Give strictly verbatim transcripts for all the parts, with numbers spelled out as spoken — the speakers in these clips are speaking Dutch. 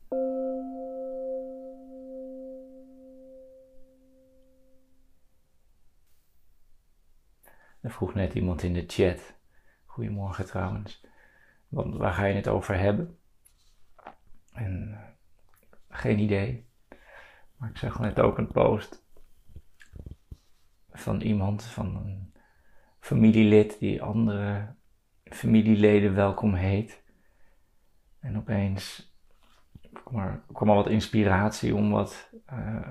Er vroeg net iemand in de chat, goedemorgen trouwens, want waar ga je het over hebben? En uh, geen idee, maar ik zag net ook een post van iemand, van een familielid die andere familieleden welkom heet. En opeens kwam er, kwam er wat inspiratie om wat uh,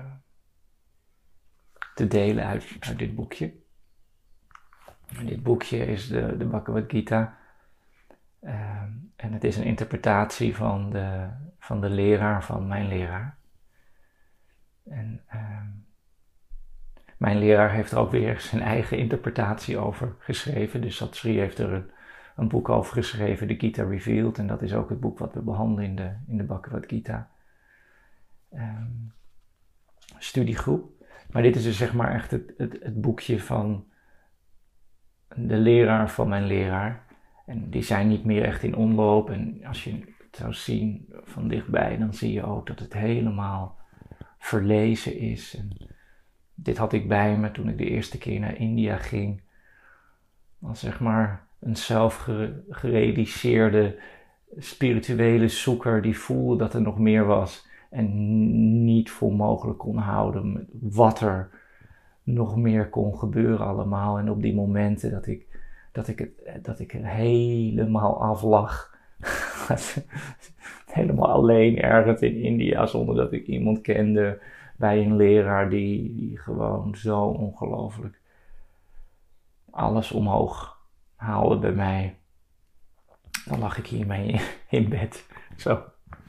te delen uit, uit dit boekje. En dit boekje is de, de Bhagavad Gita. Uh, en het is een interpretatie van de, van de leraar van mijn leraar. En uh, mijn leraar heeft er ook weer zijn eigen interpretatie over geschreven. Dus Satsri heeft er een, een boek over geschreven, de Gita Revealed. En dat is ook het boek wat we behandelen in de, in de Bhagavad Gita um, studiegroep. Maar dit is dus zeg maar echt het, het, het boekje van de leraar van mijn leraar. En die zijn niet meer echt in omloop. En als je het zou zien van dichtbij, dan zie je ook dat het helemaal verlezen is. En dit had ik bij me toen ik de eerste keer naar India ging. Als zeg maar een zelfgerealiseerde spirituele zoeker die voelde dat er nog meer was. En niet voor mogelijk kon houden wat er nog meer kon gebeuren allemaal. En op die momenten dat ik, dat ik, het, dat ik er helemaal af lag. Helemaal alleen ergens in India zonder dat ik iemand kende. Bij een leraar die, die gewoon zo ongelooflijk alles omhoog haalde bij mij. Dan lag ik hiermee in bed. Zo.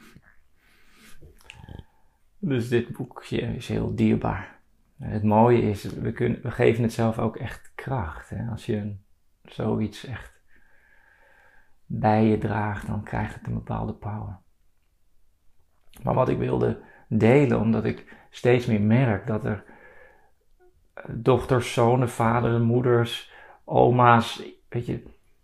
Dus dit boekje is heel dierbaar. En het mooie is, we, kunnen, we geven het zelf ook echt kracht. Hè? Als je zoiets echt bij je draagt, dan krijgt het een bepaalde power. Maar wat ik wilde delen, omdat ik steeds meer merk dat er dochters, zonen, vaderen, moeders, oma's, weet je,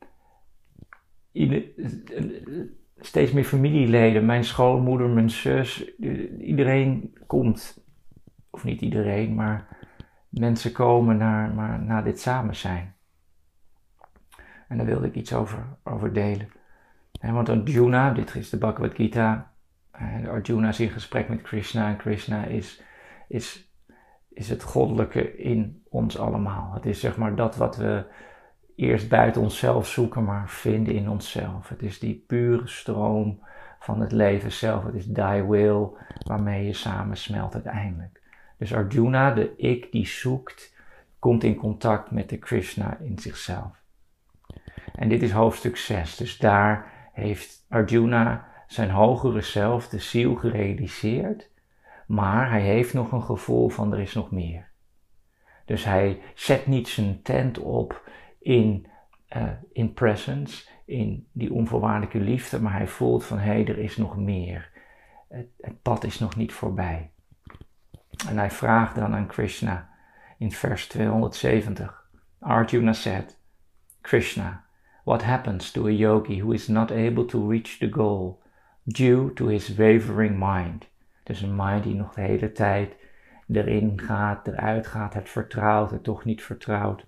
steeds meer familieleden, mijn schoonmoeder, mijn zus, iedereen komt, of niet iedereen, maar mensen komen naar, maar, naar dit samen zijn. En daar wilde ik iets over, over delen. En want Arjuna, dit is de Bhagavad Gita, Arjuna is in gesprek met Krishna en Krishna is, is, is het goddelijke in ons allemaal. Het is zeg maar dat wat we eerst buiten onszelf zoeken, maar vinden in onszelf. Het is die pure stroom van het leven zelf. Het is thy will waarmee je samensmelt uiteindelijk. Dus Arjuna, de ik die zoekt, komt in contact met de Krishna in zichzelf. En dit is hoofdstuk zes. Dus daar heeft Arjuna zijn hogere zelf, de ziel, gerealiseerd. Maar hij heeft nog een gevoel van er is nog meer. Dus hij zet niet zijn tent op in, uh, in presence, in die onvoorwaardelijke liefde. Maar hij voelt van hé, hey, er is nog meer. Het, het pad is nog niet voorbij. En hij vraagt dan aan Krishna in vers tweehonderdzeventig. Arjuna said, Krishna, what happens to a yogi who is not able to reach the goal due to his wavering mind? Dus een mind die nog de hele tijd erin gaat, eruit gaat, het vertrouwt, het toch niet vertrouwt.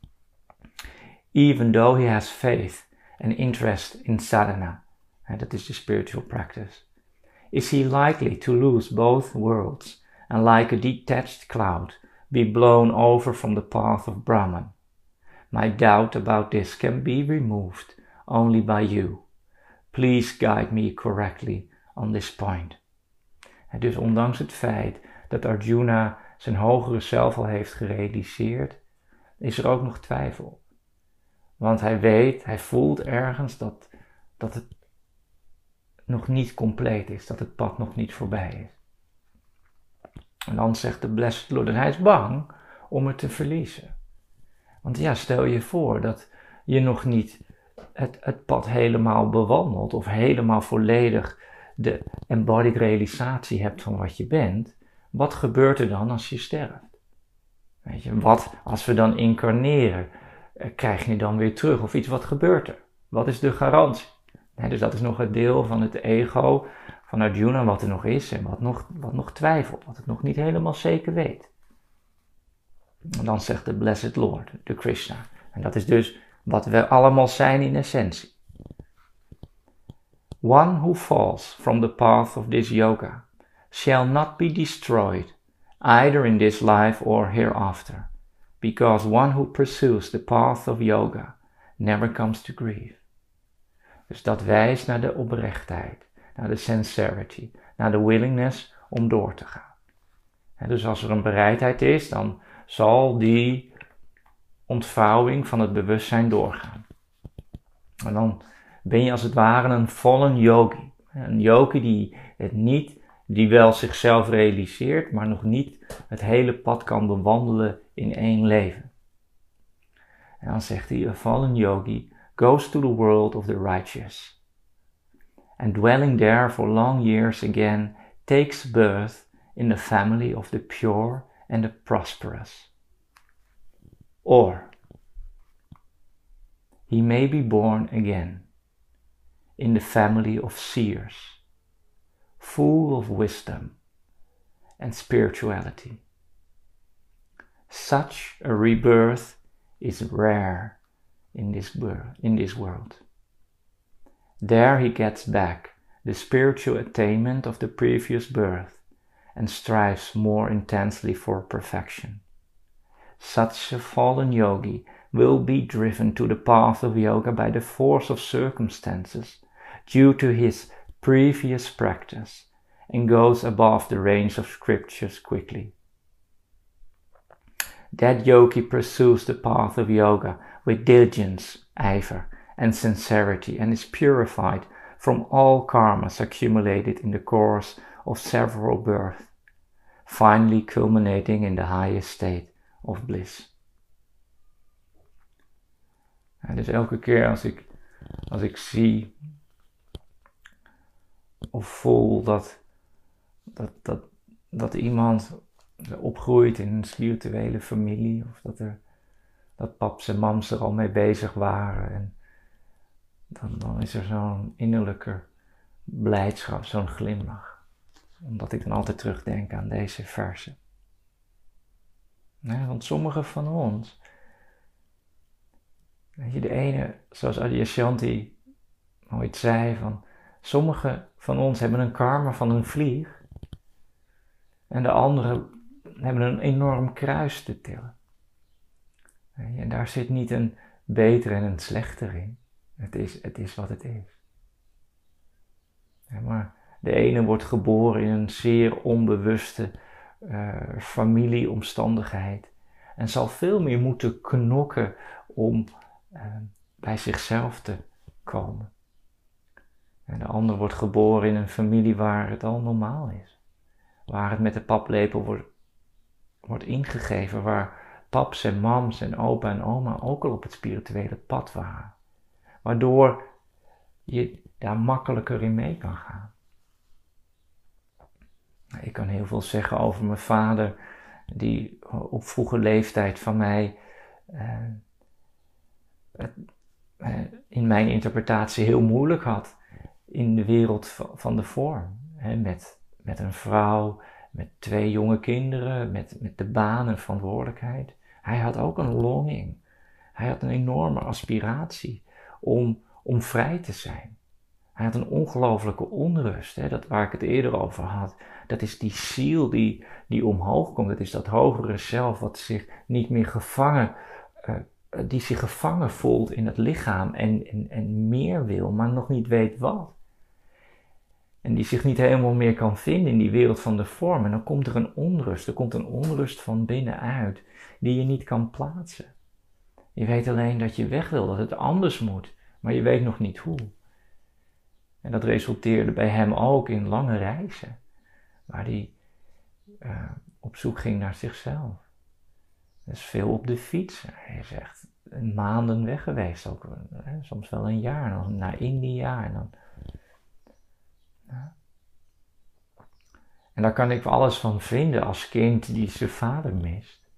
Even though he has faith and interest in sadhana, that is the spiritual practice, is he likely to lose both worlds and like a detached cloud be blown over from the path of Brahman? My doubt about this can be removed only by you. Please guide me correctly on this point. En dus ondanks het feit dat Arjuna zijn hogere zelf al heeft gerealiseerd, is er ook nog twijfel. Want hij weet, hij voelt ergens dat, dat het nog niet compleet is, dat het pad nog niet voorbij is. En dan zegt de Blessed Lord, en hij is bang om het te verliezen. Want ja, stel je voor dat je nog niet het, het pad helemaal bewandelt of helemaal volledig de embodied realisatie hebt van wat je bent. Wat gebeurt er dan als je sterft? Weet je, wat als we dan incarneren? Krijg je dan weer terug of iets? Wat gebeurt er? Wat is de garantie? Nee, dus dat is nog het deel van het ego van Arjuna wat er nog is en wat nog, wat nog twijfelt, wat het nog niet helemaal zeker weet. En dan zegt de Blessed Lord, de Krishna. En dat is dus wat we allemaal zijn in essentie. One who falls from the path of this yoga shall not be destroyed, either in this life or hereafter, because one who pursues the path of yoga never comes to grief. Dus dat wijst naar de oprechtheid, naar de sincerity, naar de willingness om door te gaan. En dus als er een bereidheid is, dan zal die ontvouwing van het bewustzijn doorgaan. En dan ben je als het ware een fallen yogi. Een yogi die het niet, die wel zichzelf realiseert, maar nog niet het hele pad kan bewandelen in één leven. En dan zegt hij, a fallen yogi goes to the world of the righteous. And dwelling there for long years again, takes birth in the family of the pure and the prosperous. Or, he may be born again in the family of seers, full of wisdom and spirituality. Such a rebirth is rare in this, in this world. There he gets back the spiritual attainment of the previous birth and strives more intensely for perfection. Such a fallen yogi will be driven to the path of yoga by the force of circumstances due to his previous practice and goes above the range of scriptures quickly. That yogi pursues the path of yoga with diligence, ivor, and sincerity and is purified from all karmas accumulated in the course of several births, finally culminating in the highest state of bliss. En dus elke keer als ik, als ik zie of voel dat, dat, dat, dat iemand opgroeit in een spirituele familie, of dat, er, dat paps en mams er al mee bezig waren, en dan, dan is er zo'n innerlijke blijdschap, zo'n glimlach. Omdat ik dan altijd terugdenk aan deze versen. Ja, want sommige van ons, weet je, de ene, zoals Adyashanti ooit zei, van sommige van ons hebben een karma van een vlieg en de anderen hebben een enorm kruis te tillen. En daar zit niet een beter en een slechter in. Het is, het is wat het is. Ja, maar de ene wordt geboren in een zeer onbewuste uh, familieomstandigheid en zal veel meer moeten knokken om uh, bij zichzelf te komen. En de ander wordt geboren in een familie waar het al normaal is. Waar het met de paplepel wordt, wordt ingegeven, waar paps en mams en opa en oma ook al op het spirituele pad waren. Waardoor je daar makkelijker in mee kan gaan. Ik kan heel veel zeggen over mijn vader, die op vroege leeftijd van mij uh, het, uh, in mijn interpretatie heel moeilijk had in de wereld van de vorm. Hè, met, met een vrouw, met twee jonge kinderen, met, met de baan en verantwoordelijkheid. Hij had ook een longing. Hij had een enorme aspiratie om, om vrij te zijn. Hij had een ongelooflijke onrust, hè, dat waar ik het eerder over had. Dat is die ziel die, die omhoog komt. Dat is dat hogere zelf wat zich niet meer gevangen, uh, die zich gevangen voelt in het lichaam en, en, en meer wil, maar nog niet weet wat. En die zich niet helemaal meer kan vinden in die wereld van de vorm. En dan komt er een onrust, er komt een onrust van binnenuit die je niet kan plaatsen. Je weet alleen dat je weg wil, dat het anders moet, maar je weet nog niet hoe. En dat resulteerde bij hem ook in lange reizen, waar hij uh, op zoek ging naar zichzelf. Dus veel op de fiets. Hij is echt maanden weg geweest, ook, hè, soms wel een jaar, dan naar India en dan... Ja. En daar kan ik alles van vinden als kind die zijn vader mist.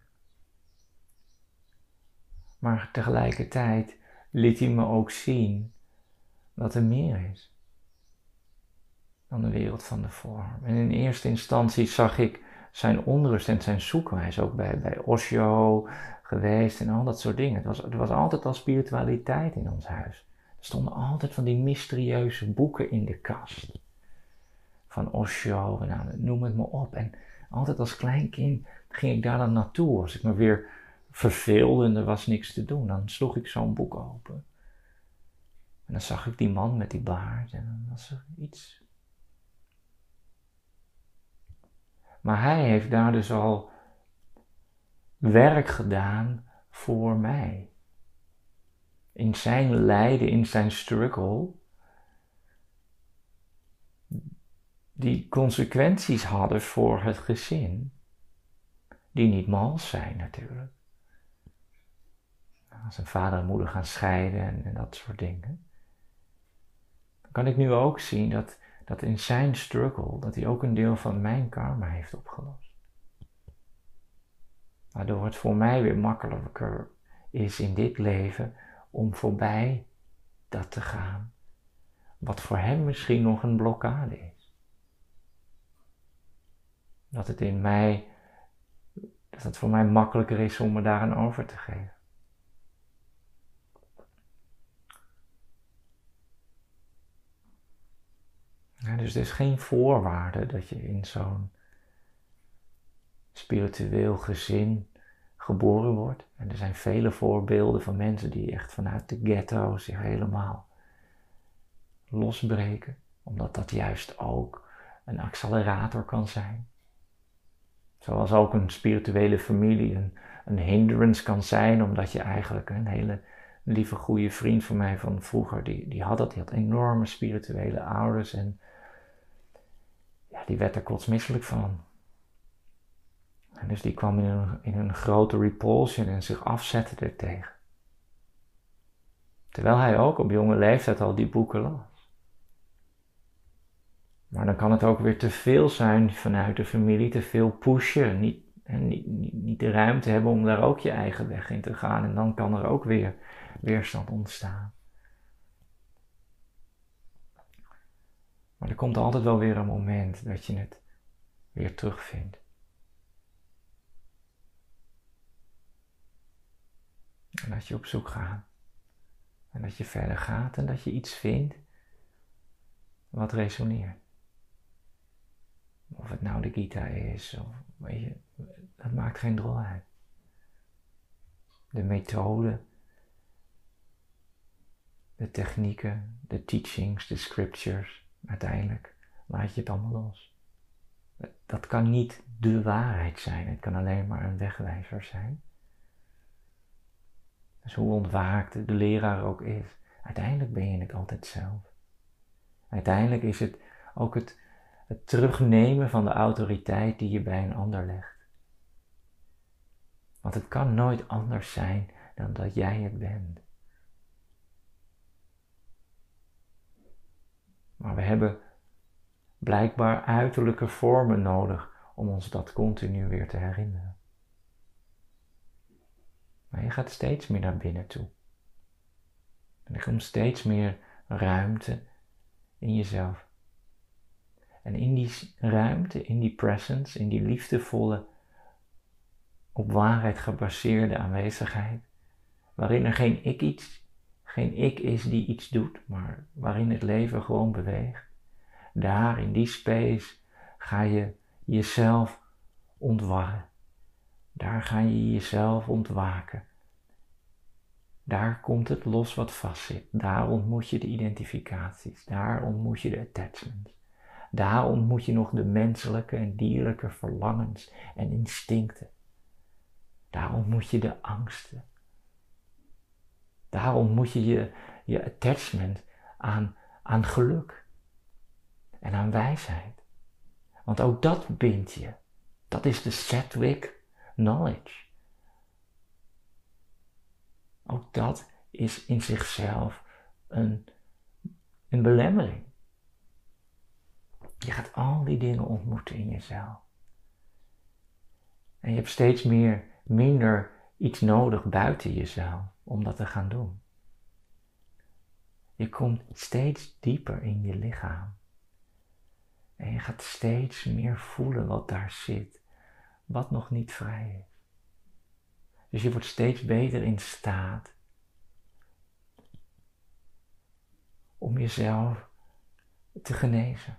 Maar tegelijkertijd liet hij me ook zien dat er meer is. dan de wereld van de vorm. En in eerste instantie zag ik zijn onrust en zijn zoekwijs, ook bij, bij Osho geweest en al dat soort dingen. Het was, er was altijd al spiritualiteit in ons huis. Er stonden altijd van die mysterieuze boeken in de kast. Van Osho, nou, noem het maar op. En altijd als klein kind ging ik daar dan naartoe. Als ik me weer verveelde en er was niks te doen, dan sloeg ik zo'n boek open. En dan zag ik die man met die baard en dan was er iets. Maar hij heeft daar dus al werk gedaan voor mij. In zijn lijden, in zijn struggle, die consequenties hadden voor het gezin, die niet mals zijn natuurlijk. Als een vader en moeder gaan scheiden en, en dat soort dingen. Dan kan ik nu ook zien dat, dat in zijn struggle, dat hij ook een deel van mijn karma heeft opgelost. Waardoor het voor mij weer makkelijker is in dit leven om voorbij dat te gaan. Wat voor hem misschien nog een blokkade is. Dat het in mij, dat het voor mij makkelijker is om me daaraan over te geven. Ja, dus er is geen voorwaarde dat je in zo'n spiritueel gezin geboren wordt. En er zijn vele voorbeelden van mensen die echt vanuit de ghetto zich helemaal losbreken. Omdat dat juist ook een accelerator kan zijn. Zoals ook een spirituele familie een, een hindrance kan zijn. Omdat je eigenlijk een hele lieve goede vriend van mij van vroeger, die, die had dat. Die had enorme spirituele ouders en ja, die werd er kotsmisselijk van. En dus die kwam in een, in een grote repulsion en zich afzette ertegen. Terwijl hij ook op jonge leeftijd al die boeken las. Maar dan kan het ook weer te veel zijn vanuit de familie, te veel pushen. Niet, en niet, niet, niet de ruimte hebben om daar ook je eigen weg in te gaan. En dan kan er ook weer weerstand ontstaan. Maar er komt altijd wel weer een moment dat je het weer terugvindt. En dat je op zoek gaat. En dat je verder gaat en dat je iets vindt wat resoneert. Of het nou de Gita is, of weet je, dat maakt geen drol uit. De methode, de technieken, de teachings, de scriptures, uiteindelijk laat je het allemaal los. Dat kan niet de waarheid zijn, het kan alleen maar een wegwijzer zijn. Dus hoe ontwaakt de leraar ook is, uiteindelijk ben je het altijd zelf. Uiteindelijk is het ook het, het terugnemen van de autoriteit die je bij een ander legt. Want het kan nooit anders zijn dan dat jij het bent. Maar we hebben blijkbaar uiterlijke vormen nodig om ons dat continu weer te herinneren. Maar je gaat steeds meer naar binnen toe. En er komt steeds meer ruimte in jezelf. En in die ruimte, in die presence, in die liefdevolle, op waarheid gebaseerde aanwezigheid, waarin er geen ik iets, geen ik is die iets doet, maar waarin het leven gewoon beweegt. Daar, in die space, ga je jezelf ontwarren. Daar ga je jezelf ontwaken. Daar komt het los wat vastzit. Daar ontmoet je de identificaties. Daar ontmoet je de attachments. Daar ontmoet je nog de menselijke en dierlijke verlangens en instincten. Daar ontmoet je de angsten. Daar ontmoet je je, je attachment aan, aan geluk en aan wijsheid. Want ook dat bindt je. Dat is de Sattvic knowledge. Ook dat is in zichzelf een, een belemmering. Je gaat al die dingen ontmoeten in jezelf. En je hebt steeds meer, minder iets nodig buiten jezelf om dat te gaan doen. Je komt steeds dieper in je lichaam. En je gaat steeds meer voelen wat daar zit, wat nog niet vrij is. Dus je wordt steeds beter in staat om jezelf te genezen.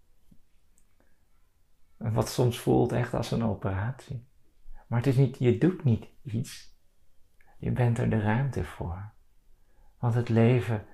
En wat soms voelt echt als een operatie. Maar het is niet, je doet niet iets. Je bent er de ruimte voor. Want het leven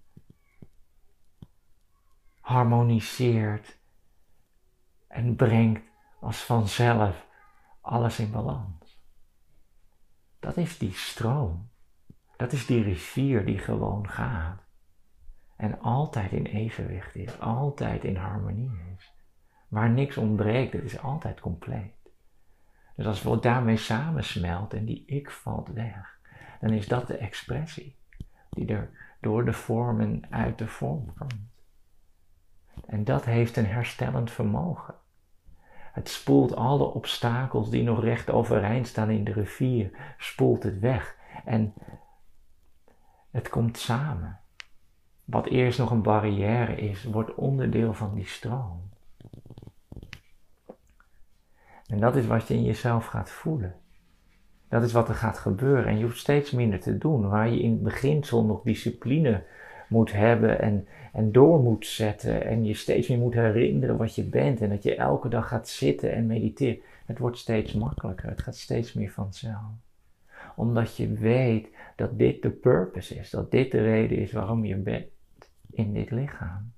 harmoniseert en brengt als vanzelf alles in balans. Dat is die stroom. Dat is die rivier die gewoon gaat. En altijd in evenwicht is, altijd in harmonie is. Waar niks ontbreekt, het is altijd compleet. Dus als we daarmee samensmelten en die ik valt weg, dan is dat de expressie die er door de vormen uit de vorm komt. En dat heeft een herstellend vermogen. Het spoelt alle obstakels die nog recht overeind staan in de rivier, spoelt het weg. En het komt samen. Wat eerst nog een barrière is, wordt onderdeel van die stroom. En dat is wat je in jezelf gaat voelen. Dat is wat er gaat gebeuren. En je hoeft steeds minder te doen. Waar je in het beginsel nog discipline moet hebben en, en door moet zetten. En je steeds meer moet herinneren wat je bent. En dat je elke dag gaat zitten en mediteren. Het wordt steeds makkelijker. Het gaat steeds meer vanzelf. Omdat je weet dat dit de purpose is. Dat dit de reden is waarom je bent in dit lichaam.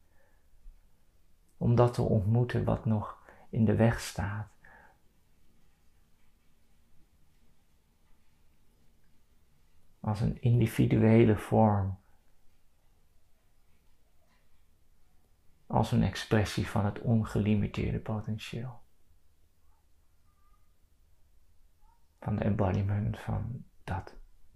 Om dat te ontmoeten wat nog in de weg staat. Als een individuele vorm. Als een expressie van het ongelimiteerde potentieel. Van de embodiment van dat.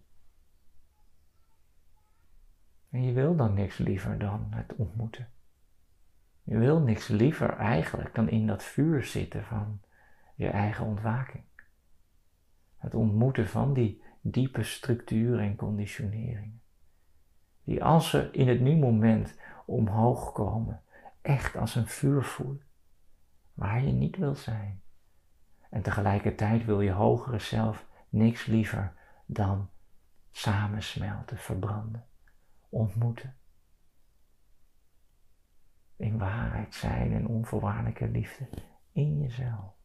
En je wil dan niks liever dan het ontmoeten. Je wil niks liever eigenlijk dan in dat vuur zitten van je eigen ontwaking. Het ontmoeten van die diepe structuren en conditioneringen. Die als ze in het nu-moment omhoog komen, echt als een vuur voelen. Waar je niet wil zijn. En tegelijkertijd wil je hogere zelf niks liever dan samensmelten, verbranden, ontmoeten. In waarheid zijn en onvoorwaardelijke liefde in jezelf.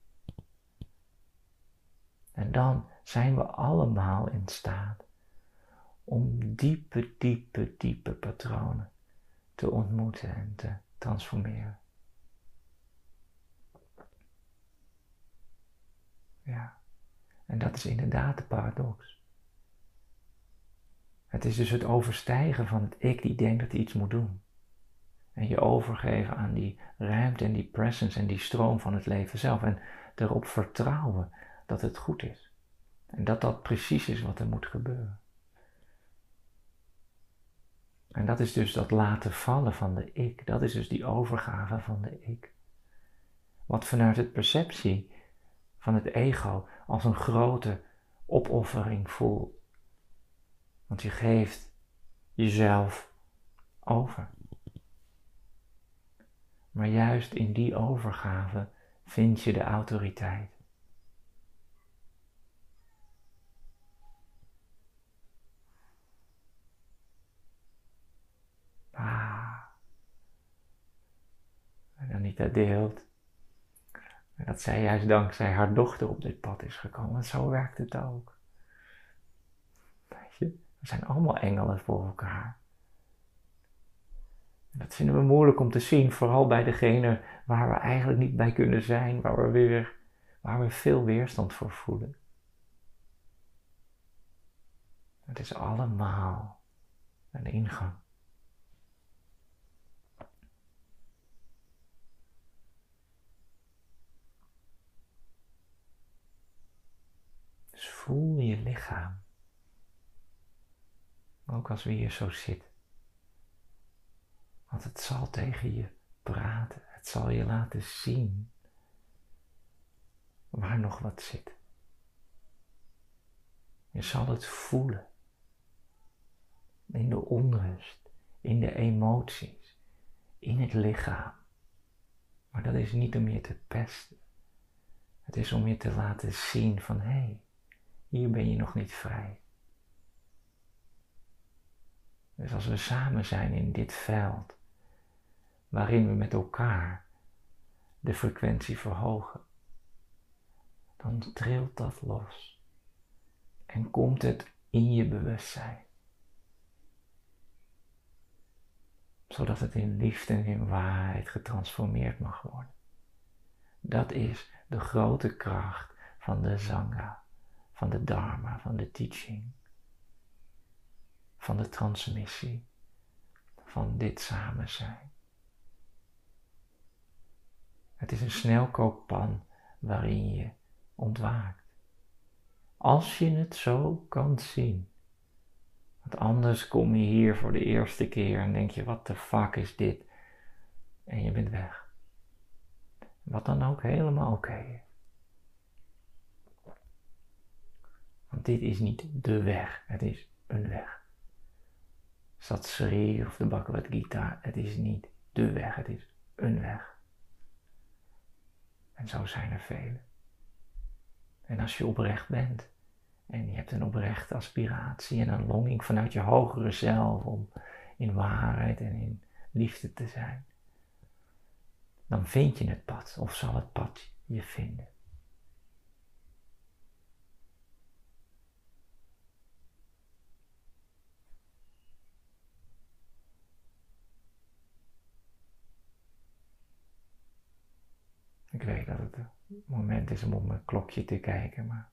En dan zijn we allemaal in staat om diepe, diepe, diepe patronen te ontmoeten en te transformeren. Ja, en dat is inderdaad de paradox. Het is dus het overstijgen van het ik die denkt dat hij iets moet doen. En je overgeven aan die ruimte en die presence en die stroom van het leven zelf. En erop vertrouwen dat het goed is. En dat dat precies is wat er moet gebeuren. En dat is dus dat laten vallen van de ik. Dat is dus die overgave van de ik. Wat vanuit het perceptie van het ego als een grote opoffering voelt. Want je geeft jezelf over. Maar juist in die overgave vind je de autoriteit. Ah. En Anita deelt. En dat zij juist dankzij haar dochter op dit pad is gekomen. En zo werkt het ook. Weet je, we zijn allemaal engelen voor elkaar. En dat vinden we moeilijk om te zien. Vooral bij degene waar we eigenlijk niet bij kunnen zijn. Waar we, weer, waar we veel weerstand voor voelen. Het is allemaal een ingang. Dus voel je lichaam. Ook als we hier zo zitten. Want het zal tegen je praten. Het zal je laten zien waar nog wat zit. Je zal het voelen. In de onrust, in de emoties, in het lichaam. Maar dat is niet om je te pesten. Het is om je te laten zien van, hé, hey, hier ben je nog niet vrij. Dus als we samen zijn in dit veld, waarin we met elkaar de frequentie verhogen, dan trilt dat los en komt het in je bewustzijn. Zodat het in liefde en in waarheid getransformeerd mag worden. Dat is de grote kracht van de Sangha, van de Dharma, van de teaching, van de transmissie, van dit samen zijn. Het is een snelkookpan waarin je ontwaakt. Als je het zo kan zien. Want anders kom je hier voor de eerste keer en denk je, wat de fuck is dit? En je bent weg. Wat dan ook helemaal oké is. Want dit is niet de weg, het is een weg. Satsri of de Bhagavad Gita, het is niet de weg, het is een weg. En zo zijn er vele. En als je oprecht bent, en je hebt een oprechte aspiratie en een longing vanuit je hogere zelf om in waarheid en in liefde te zijn, dan vind je het pad, of zal het pad je vinden. Ik weet dat het het moment is om op mijn klokje te kijken, maar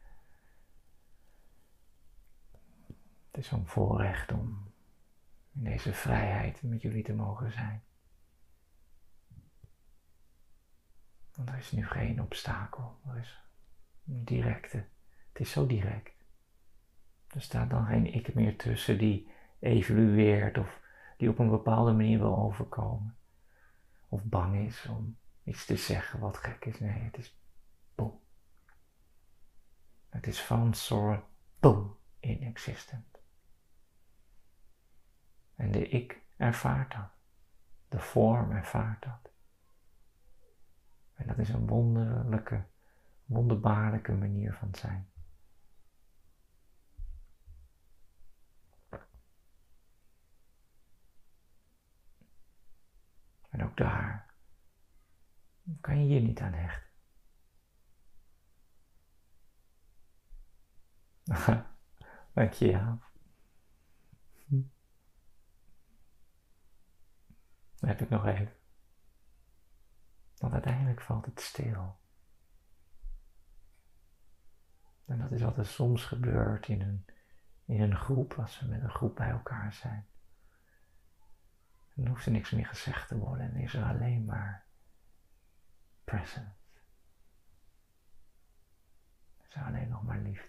het is zo'n voorrecht om in deze vrijheid met jullie te mogen zijn. Want er is nu geen obstakel, er is een directe, het is zo direct. Er staat dan geen ik meer tussen die evolueert of die op een bepaalde manier wil overkomen. Of bang is om iets te zeggen wat gek is. Nee, het is boom. Het is van soort boom inexistent. En de ik ervaart dat. De vorm ervaart dat. En dat is een wonderlijke, wonderbaarlijke manier van zijn. En ook daar kan je je niet aan hechten. Dank je, ja. Dan heb ik nog even. Want uiteindelijk valt het stil. En dat is wat er soms gebeurt in een, in een groep, als we met een groep bij elkaar zijn. Dan hoeft er niks meer gezegd te worden en is er alleen maar presence. Is er alleen nog maar liefde.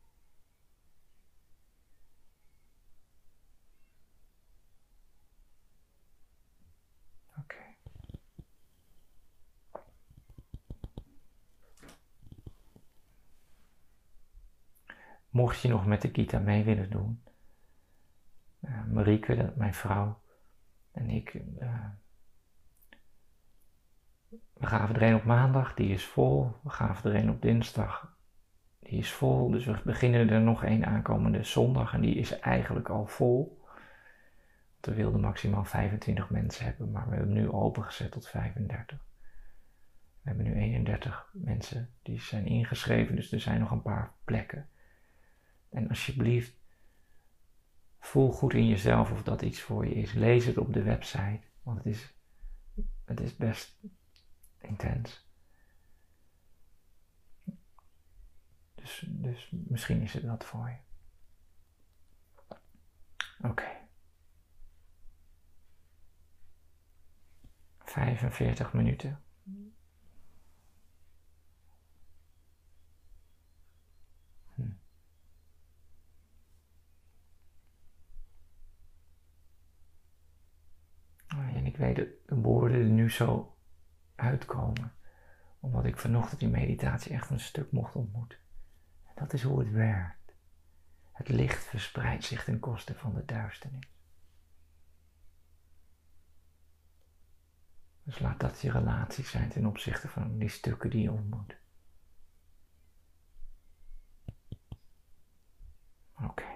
Oké. Okay. Mocht je nog met de Gita mee willen doen, uh, Marieke, dat mijn vrouw, en ik, uh, we gaven er een op maandag, die is vol. We gaven er een op dinsdag, die is vol. Dus we beginnen er nog een aankomende zondag en die is eigenlijk al vol. Want we wilden maximaal vijfentwintig mensen hebben, maar we hebben nu opengezet tot vijfendertig. We hebben nu eenendertig mensen die zijn ingeschreven, dus er zijn nog een paar plekken. En alsjeblieft, voel goed in jezelf of dat iets voor je is. Lees het op de website, want het is, het is best intens. Dus, dus misschien is het wat voor je. Oké. Okay. vijfenveertig minuten. Hm. En ik weet dat de woorden er nu zo uitkomen, omdat ik vanochtend in meditatie echt een stuk mocht ontmoeten. En dat is hoe het werkt. Het licht verspreidt zich ten koste van de duisternis. Dus laat dat je relatie zijn ten opzichte van die stukken die je ontmoet. Oké. Okay.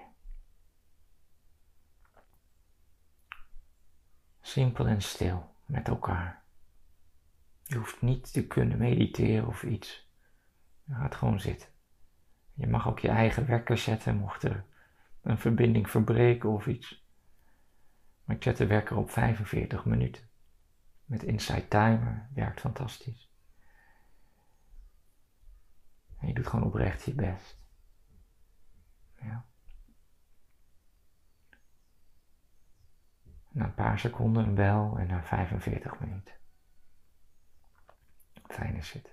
Simpel en stil met elkaar. Je hoeft niet te kunnen mediteren of iets. Je gaat gewoon zitten. Je mag ook je eigen wekker zetten mocht er een verbinding verbreken of iets. Maar ik zet de wekker op vijfenveertig minuten. Met Insight Timer, werkt fantastisch. En je doet gewoon oprecht je best. Ja. Na een paar seconden een bel en na vijfenveertig minuten. Fijne zit.